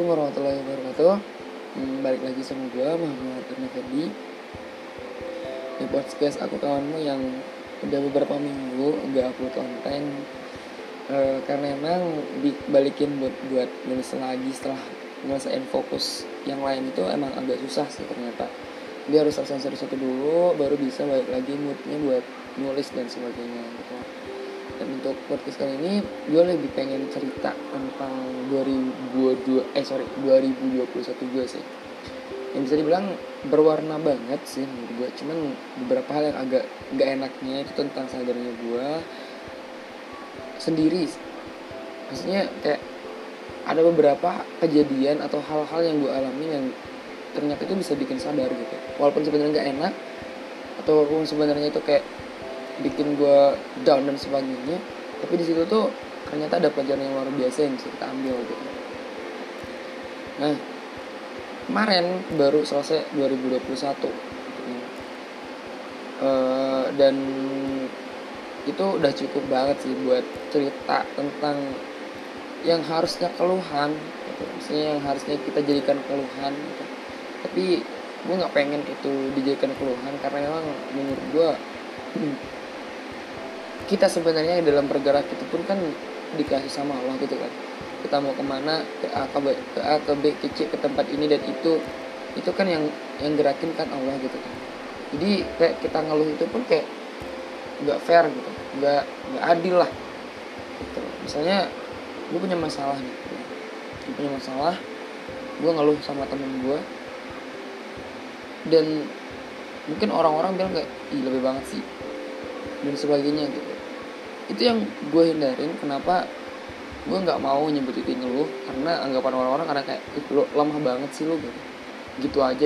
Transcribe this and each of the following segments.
warahmatullahi wabarakatuh. Balik lagi sama gue Muhammad Fendi di podcast aku kawanmu yang udah beberapa minggu nggak upload konten karena emang dibalikin buat nulis lagi setelah nyelesain fokus yang lain itu emang agak susah sih ternyata. Dia harus selesai satu dulu baru bisa balik lagi moodnya buat nulis dan sebagainya gitu. Dan untuk podcast kali ini gue lebih pengen cerita tentang 2021 gue sih. Yang bisa dibilang berwarna banget sih menurut gue. Cuman beberapa hal yang agak gak enaknya itu tentang sadarnya gue sendiri. Maksudnya kayak ada beberapa kejadian atau hal-hal yang gue alami yang ternyata itu bisa bikin sadar gitu. Walaupun sebenarnya gak enak atau walaupun sebenarnya itu kayak bikin gue down dan sebagainya, tapi di situ tuh ternyata ada pelajaran yang luar biasa yang bisa kita ambil gitu. Nah, kemarin baru selesai 2021 dan itu udah cukup banget sih buat cerita tentang yang harusnya keluhan gitu. Maksudnya yang harusnya kita jadikan keluhan gitu. Tapi gue gak pengen itu dijadikan keluhan karena memang menurut gue kita sebenarnya dalam bergerak itu pun kan dikasih sama Allah gitu kan. Kita mau kemana, ke A ke B ke C ke tempat ini dan itu kan yang gerakin kan Allah gitu kan. Jadi kayak kita ngeluh itu pun kayak nggak fair gitu, nggak adil lah gitu. Misalnya gue punya masalah nih, gue ngeluh sama temen gue dan mungkin orang-orang bilang kayak ih lebih banget sih dan sebagainya gitu. Itu yang gue hindarin. Kenapa gue nggak mau nyebut itu ngeluh, karena anggapan orang-orang karena kayak lo lemah banget sih lo gitu aja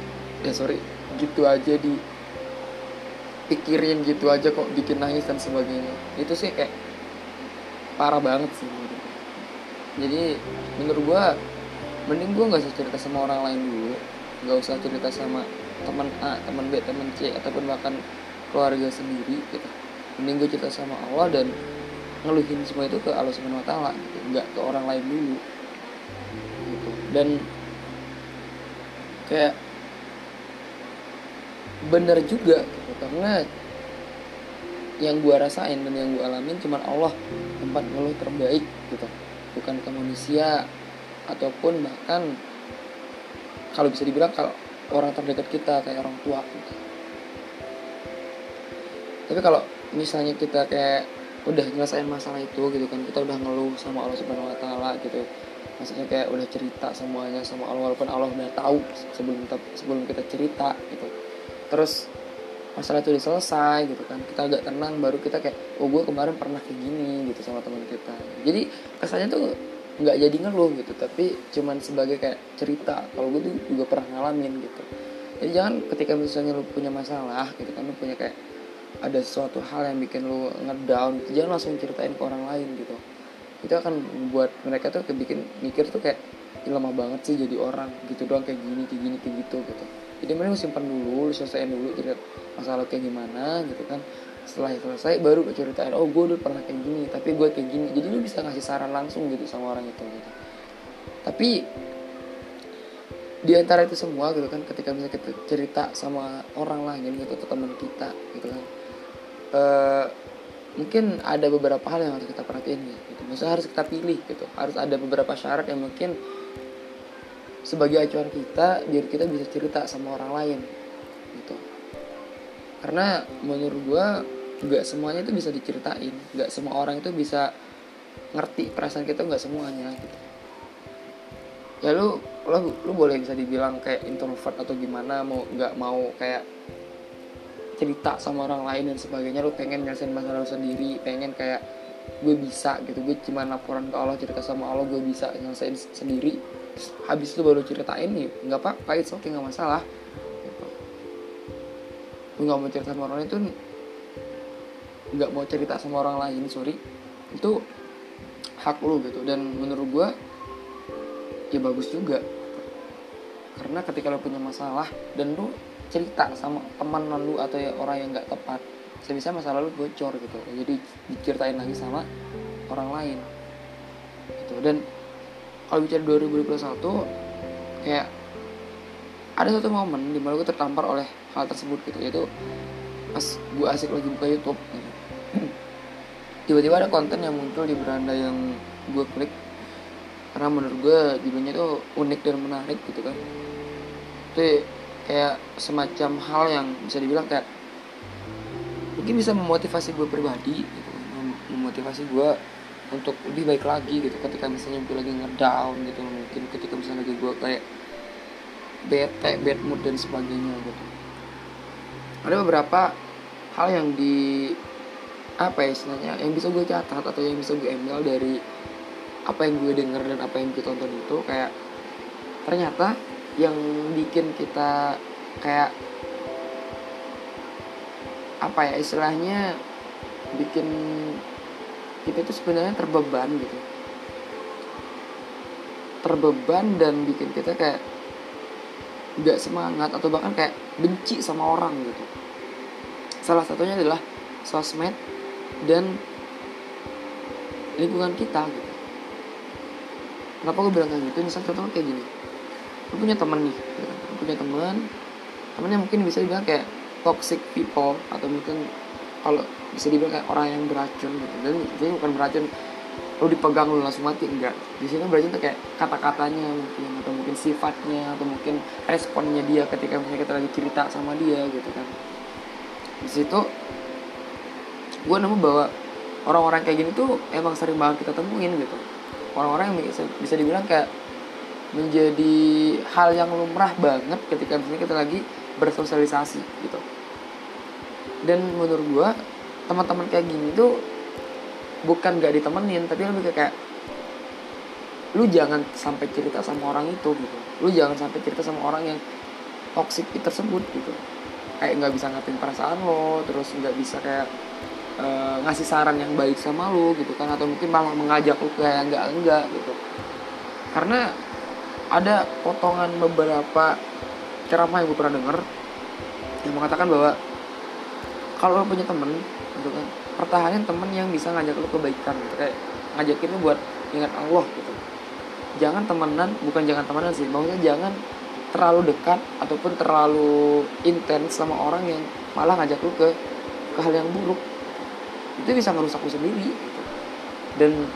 pikirin gitu aja kok bikin nangis dan sebagainya. Itu sih kayak parah banget sih menurut gue. Jadi menurut gue mending gue nggak usah cerita sama orang lain dulu, nggak usah cerita sama teman A, teman B, teman C ataupun bahkan keluarga sendiri gitu. Mending gue cerita sama Allah dan ngeluhin semua itu ke Allah Subhanahu Wa Taala gitu, nggak ke orang lain dulu gitu. Dan kayak bener juga gitu, karena yang gue rasain dan yang gue alamin cuma Allah tempat ngeluh terbaik gitu, bukan ke manusia ataupun bahkan kalau bisa dibilang kalau orang terdekat kita kayak orang tua gitu. Tapi kalau misalnya kita kayak udah nyelesain masalah itu gitu kan, kita udah ngeluh sama Allah Subhanahu Wa Taala gitu, maksudnya kayak udah cerita semuanya sama Allah walaupun Allah udah tahu sebelum kita cerita gitu. Terus masalah itu udah selesai gitu kan, kita agak tenang, baru kita kayak oh gue kemarin pernah kayak gini gitu sama teman kita. Jadi kesannya tuh nggak jadi ngeluh gitu, tapi cuman sebagai kayak cerita kalau gue tuh juga pernah ngalamin gitu. Jadi jangan ketika misalnya lu punya masalah gitu kan, lu punya kayak ada suatu hal yang bikin lu ngedown gitu, jangan langsung ceritain ke orang lain gitu. Itu akan membuat mereka tuh bikin mikir tuh kayak lemah banget sih jadi orang gitu doang, kayak gini gitu. Jadi mending lu simpan dulu, lu selesaiin dulu cerita masalah kayak gimana gitu kan. Setelah selesai baru lu ceritain, oh gue dulu pernah kayak gini tapi gue kayak gini. Jadi lu bisa ngasih saran langsung gitu sama orang itu gitu. Tapi di antara itu semua gitu kan, ketika misalnya kita cerita sama orang lain gitu atau teman kita gitu kan, mungkin ada beberapa hal yang harus kita perhatiin gitu. Misalnya harus kita pilih gitu, harus ada beberapa syarat yang mungkin sebagai acuan kita biar kita bisa cerita sama orang lain gitu. Karena menurut gue nggak semuanya itu bisa diceritain, nggak semua orang itu bisa ngerti perasaan kita, nggak semuanya gitu. Ya lu boleh bisa dibilang kayak introvert atau gimana, nggak mau kayak cerita sama orang lain dan sebagainya, lu pengen nyelesain masalah lu sendiri, pengen kayak gue bisa gitu, gue cuma laporan ke Allah, cerita sama Allah gue bisa nyelesain sendiri, habis itu baru ceritain nih, nggak apa-apa, it's okay, nggak masalah gitu. Lu nggak mau cerita sama orang lain itu nggak mau cerita sama orang lain, itu hak lu gitu. Dan menurut gue ya bagus juga, karena ketika lu punya masalah dan lu cerita sama teman lu atau ya orang yang nggak tepat, sebisa masalah lu bocor gitu, jadi diceritain lagi sama orang lain gitu. Dan kalau bicara 2021, kayak ada satu momen dimana gue tertampar oleh hal tersebut gitu, yaitu pas gue asik lagi buka YouTube gitu. Tiba-tiba ada konten yang muncul di beranda yang gue klik, karena menurut gue judulnya tuh unik dan menarik gitu kan. Itu kayak semacam hal yang bisa dibilang kayak mungkin bisa memotivasi gue pribadi gitu, memotivasi gue untuk lebih baik lagi gitu ketika misalnya gue lagi ngedown gitu, mungkin ketika misalnya lagi gue kayak bete, bad mood dan sebagainya gitu. Ada beberapa hal yang di apa ya istilahnya, yang bisa gue catat atau yang bisa gue ambil dari apa yang gue denger dan apa yang gue tonton itu, kayak ternyata yang bikin kita kayak apa ya istilahnya, bikin kita itu sebenarnya terbeban gitu, terbeban dan bikin kita kayak gak semangat atau bahkan kayak benci sama orang gitu. Salah satunya adalah sosmed dan lingkungan kita gitu. Kenapa gue bilang kayak gitu? Misalnya contohnya kayak gini, lu punya teman nih gitu kan? Lu punya temennya mungkin bisa dibilang kayak toxic people, atau mungkin kalau bisa dibilang kayak orang yang beracun gitu. Dan ini bukan beracun lu dipegang lu langsung mati, enggak. Di sini beracun tuh kayak kata-katanya mungkin, atau mungkin sifatnya, atau mungkin responnya dia ketika misalnya kita lagi cerita sama dia gitu kan. Di situ gue nemu bahwa orang-orang kayak gini tuh emang sering banget kita temuin gitu. Orang-orang yang bisa dibilang kayak menjadi hal yang lumrah banget ketika misalnya kita lagi bersosialisasi gitu. Dan menurut gue teman-teman kayak gini tuh bukan gak ditemenin, tapi lebih kayak lu jangan sampai cerita sama orang itu gitu. Lu jangan sampai cerita sama orang yang toksik tersebut gitu. Kayak gak bisa ngatain perasaan lo, terus gak bisa kayak ngasih saran yang baik sama lu gitu kan, atau mungkin malah mengajak lu kayak enggak gitu. Karena ada potongan beberapa ceramah yang gue pernah denger yang mengatakan bahwa kalau lo punya temen gitu kan, pertahanin temen yang bisa ngajak lo kebaikan gitu, kayak ngajakin lo buat ingat Allah gitu. Jangan temenan, bukan jangan temenan sih, maksudnya jangan terlalu dekat ataupun terlalu intens sama orang yang malah ngajak lo ke hal yang buruk. Itu bisa merusak lo sendiri gitu. Dan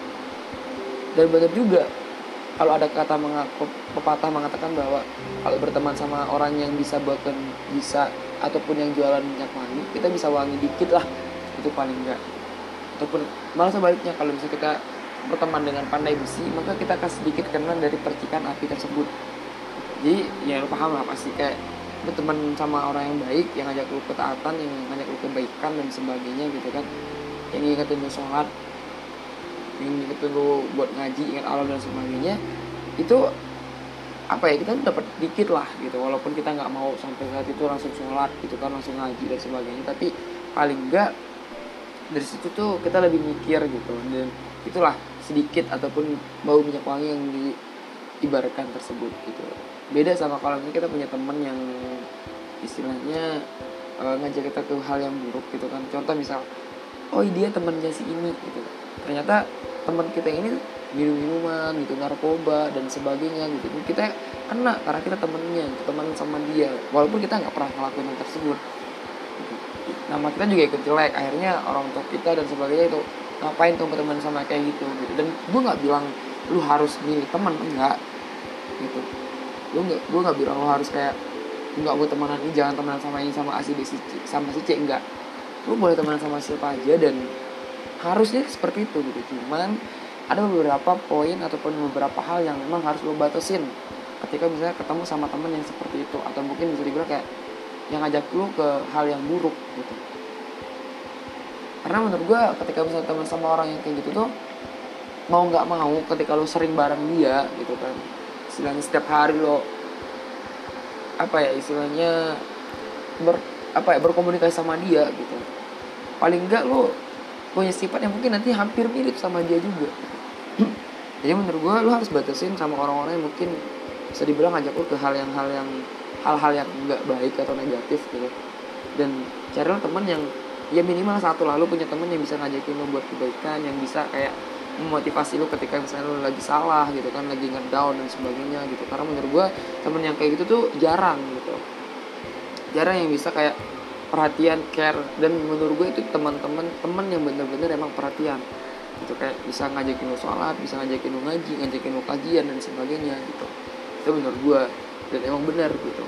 benar juga kalau ada kata pepatah mengatakan bahwa kalau berteman sama orang yang bisa ataupun yang jualan minyak wangi, kita bisa wangi dikit lah, itu paling enggak. Ataupun malah sebaliknya, kalau misalnya kita berteman dengan pandai besi, maka kita akan sedikit kena dari percikan api tersebut. Jadi ya lu paham lah pasti, kayak berteman sama orang yang baik, yang ngajak lu ketaatan, yang ngajak lu kebaikan dan sebagainya gitu kan, yang ngingetin lu sholat, yang ngingetin lu buat ngaji, ingat Allah dan sebagainya, itu apa ya, kita dapat dikit lah gitu. Walaupun kita nggak mau sampai saat itu langsung sholat gitu kan, langsung ngaji dan sebagainya, tapi paling nggak dari situ tuh kita lebih mikir gitu. Dan itulah sedikit ataupun bau minyak wangi yang diibaratkan tersebut gitu. Beda sama kalau kita punya teman yang istilahnya ngajak kita ke hal yang buruk gitu kan. Contoh misal, oh dia temannya si ini gitu, ternyata teman kita ini minum-minuman gitu, narkoba dan sebagainya gitu. Kita kena karena kita temennya, teman sama dia, walaupun kita nggak pernah ngelakuin hal tersebut gitu. Nama kita juga ikut jelek, akhirnya orang tua kita dan sebagainya itu ngapain tuh berteman sama kayak gitu. Dan gue nggak bilang lu harus milih teman, enggak gitu. Gue nggak bilang lu harus kayak nggak mau temenan ini, jangan temenan sama ini, sama si B sama si C, enggak. Lu boleh temenan sama siapa aja dan harusnya seperti itu gitu. Cuman ada beberapa poin ataupun beberapa hal yang memang harus lo batasin ketika misalnya ketemu sama teman yang seperti itu, atau mungkin bisa dibilang kayak yang ngajak lo ke hal yang buruk gitu. Karena menurut gue ketika misalnya teman sama orang yang kayak gitu tuh, mau nggak mau ketika lo sering bareng dia gitu kan, istilahnya setiap hari lo berkomunikasi sama dia gitu, paling nggak lo punya sifat yang mungkin nanti hampir mirip sama dia juga. Jadi menurut gue lo harus batasin sama orang-orang yang mungkin bisa dibilang ngajak lo ke hal-hal yang nggak baik atau negatif gitu. Dan carilah teman yang ya minimal satu lah, lo punya teman yang bisa ngajakin lo buat kebaikan, yang bisa kayak memotivasi lu ketika misalnya lu lagi salah gitu kan, lagi ngedown dan sebagainya gitu. Karena menurut gue temen yang kayak gitu tuh jarang gitu, jarang yang bisa kayak perhatian, care. Dan menurut gue itu teman yang bener-bener emang perhatian gitu, kayak bisa ngajakin lu sholat, bisa ngajakin lu ngaji, ngajakin lu kajian dan sebagainya gitu. Itu menurut gue, dan emang benar gitu.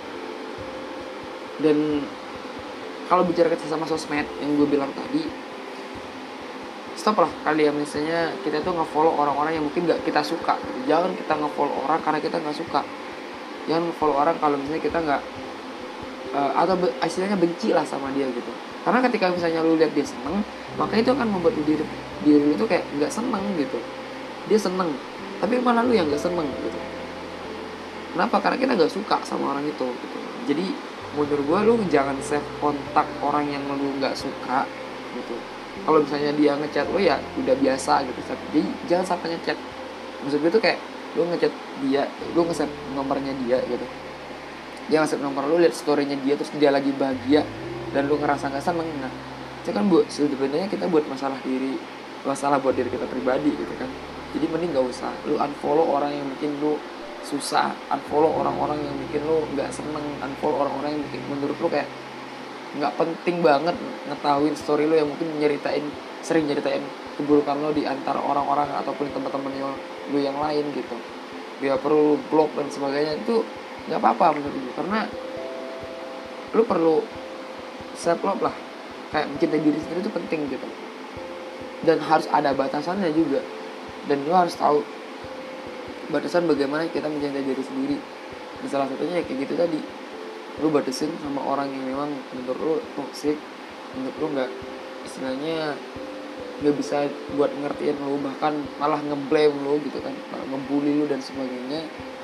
Dan kalau bicara sama sosmed yang gue bilang tadi, stop lah kali ya, misalnya kita tuh nge-follow orang-orang yang mungkin gak kita suka gitu. Jangan kita nge-follow orang karena kita gak suka. Jangan follow orang kalau misalnya kita gak atau istilahnya benci lah sama dia gitu. Karena ketika misalnya lu lihat dia seneng, maka itu akan membuat diri lu tuh kayak gak seneng gitu. Dia seneng, tapi malah lu yang gak seneng gitu. Kenapa? Karena kita gak suka sama orang itu gitu. Jadi menurut gue lu jangan save kontak orang yang lu gak suka gitu. Kalau misalnya dia ngechat lo ya udah biasa gitu, jadi jangan sampai ngechat. Maksud gue tuh kayak lu ngechat dia, lu nge-save nomornya dia gitu, dia nge-save nomor lu, lihat story-nya dia, terus dia lagi bahagia dan lu ngerasa gak seneng. Nah itu kan sebenarnya kita buat masalah buat diri kita pribadi gitu kan. Jadi mending gak usah lu unfollow orang yang bikin lu susah, unfollow orang-orang yang bikin lu gak seneng, unfollow orang-orang yang bikin menurut lu kayak nggak penting banget ngetahuin story lo yang mungkin sering nyeritain keburukan lo di antara orang-orang ataupun teman-teman lo yang lain gitu. Dia perlu blog dan sebagainya, itu nggak apa-apa menurut gue, karena lo perlu self love lah, kayak mencintai diri sendiri itu penting gitu, dan harus ada batasannya juga. Dan lo harus tahu batasan bagaimana kita mencintai diri sendiri. Dan salah satunya ya kayak gitu tadi, lu batasin sama orang yang memang menurut lu toxic, menurut lu nggak, istilahnya nggak bisa buat ngertiin lu, bahkan malah ngeblame lu gitu kan, malah ngebully lu dan sebagainya.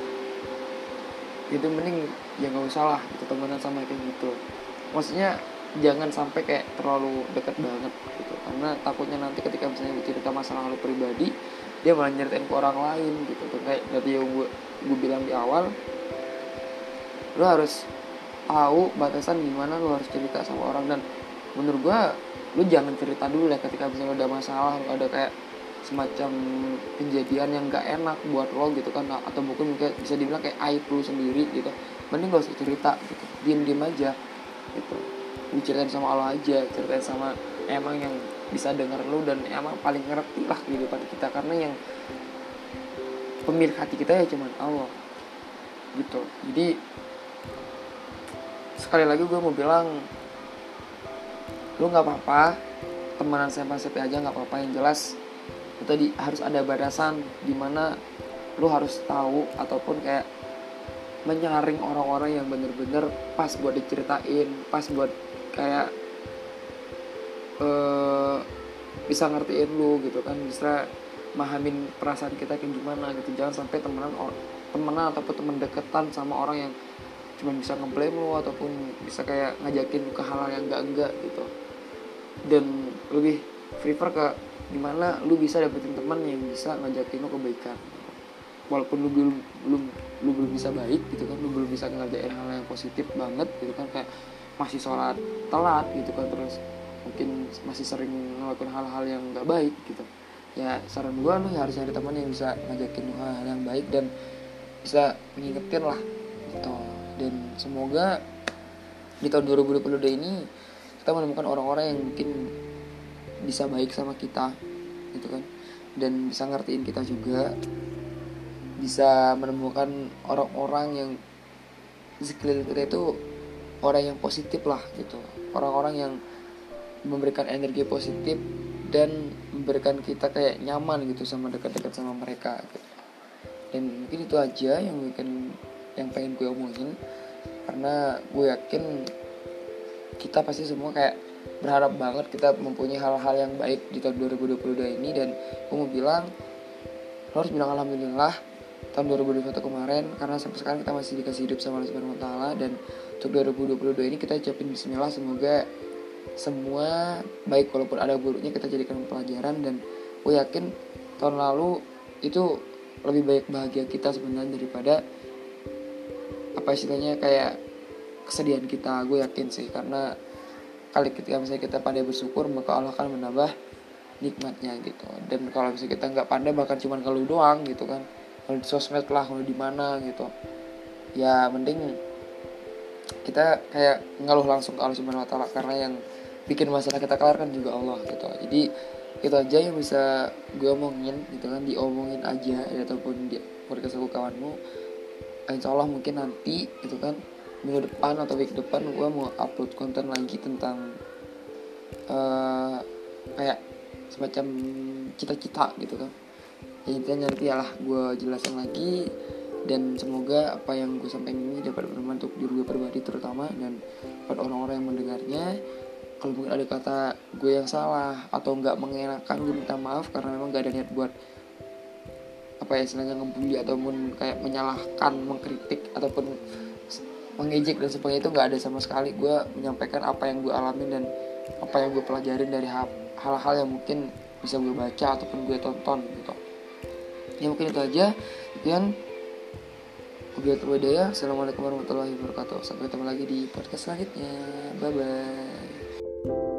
Itu mending ya nggak usah lah gitu temenan sama kayak gitu. Maksudnya jangan sampai kayak terlalu dekat banget gitu, karena takutnya nanti ketika misalnya cerita masalah lu pribadi, dia malah nyeritain ke orang lain gitu. Kayak tadi yang gue bilang di awal, lu harus tahu batasan gimana lu harus cerita sama orang. Dan menurut gua lu jangan cerita dulu ya ketika misalnya ada masalah, ada kayak semacam kejadian yang gak enak buat lo gitu kan, atau mungkin bisa dibilang kayak aib lu sendiri gitu, mending gak usah cerita gitu, diem aja gitu. Diceritain sama Allah aja, ceritain sama emang yang bisa denger lu dan emang paling ngerti lah kehidupan kita, karena yang pemilik hati kita ya cuman Allah gitu. Jadi sekali lagi gue mau bilang, lu nggak apa-apa temenan siapa aja, nggak apa-apa. Yang jelas itu tadi harus ada batasan dimana lu harus tahu ataupun kayak menyaring orang-orang yang bener-bener pas buat diceritain, pas buat kayak bisa ngertiin lu gitu kan, bisa mahamin perasaan kita kayak gimana gitu. Jangan sampai temenan ataupun temen deketan sama orang yang cuma bisa ngeblame lu ataupun bisa kayak ngajakin ke hal-hal yang enggak gitu. Dan lebih prefer ke dimana lu bisa dapetin teman yang bisa ngajakin lu kebaikan, walaupun lu belum bisa baik gitu kan, lu belum bisa ngerjain hal yang positif banget gitu kan, kayak masih sholat telat gitu kan, terus mungkin masih sering ngelakuin hal-hal yang enggak baik gitu. Ya saran gue, lu harus cari teman yang bisa ngajakin lu hal-hal yang baik dan bisa ngingetin lah gitu. Dan semoga di tahun 2022 ini kita menemukan orang-orang yang mungkin bisa baik sama kita gitu kan, dan bisa ngertiin kita juga, bisa menemukan orang-orang yang di sekeliling kita itu orang yang positif lah gitu, orang-orang yang memberikan energi positif dan memberikan kita kayak nyaman gitu sama dekat-dekat sama mereka gitu. Dan mungkin itu aja yang pengen gue omongin, karena gue yakin kita pasti semua kayak berharap banget kita mempunyai hal-hal yang baik di tahun 2022 ini. Dan gue mau bilang, lo harus bilang alhamdulillah tahun 2021 kemarin, karena sampai sekarang kita masih dikasih hidup sama Allah Subhanahu wa taala. Dan untuk 2022 ini kita ucapin bismillah, semoga semua baik, walaupun ada buruknya kita jadikan pelajaran. Dan gue yakin tahun lalu itu lebih baik bahagia kita sebenarnya daripada apa istilahnya kayak kesedihan kita. Gue yakin sih, karena ketika misalnya kita pandai bersyukur, maka Allah akan menambah nikmatnya gitu. Dan kalau misalnya kita nggak pandai bahkan cuma ngeluh doang gitu kan, kalau di sosmed lah, kalau di mana gitu, ya mending kita kayak ngeluh langsung ke Allah Subhanahu Wa Taala, karena yang bikin masalah kita kelar kan juga Allah gitu. Jadi itu aja yang bisa gue omongin gitu kan, diomongin aja ya, ataupun di podcast aku kawanmu. Insya Allah mungkin nanti gitu kan, minggu depan atau week depan gue mau upload konten lagi tentang kayak semacam cita-cita gitu kan. Ya intinya nanti lah gue jelasin lagi, dan semoga apa yang gue sampaikan ini dapat bermanfaat untuk diri gue pribadi terutama, dan buat orang-orang yang mendengarnya. Kalau mungkin ada kata gue yang salah atau nggak mengenakan, gue minta maaf, karena memang nggak ada niat buat apa ya istilahnya ngebully ataupun kayak menyalahkan, mengkritik ataupun mengejek dan sebagainya, itu nggak ada sama sekali. Gue menyampaikan apa yang gue alamin dan apa yang gue pelajarin dari hal-hal yang mungkin bisa gue baca ataupun gue tonton gitu. Ya mungkin itu aja. Sekian, Assalamualaikum warahmatullahi wabarakatuh. Sampai ketemu lagi di podcast selanjutnya. Bye bye.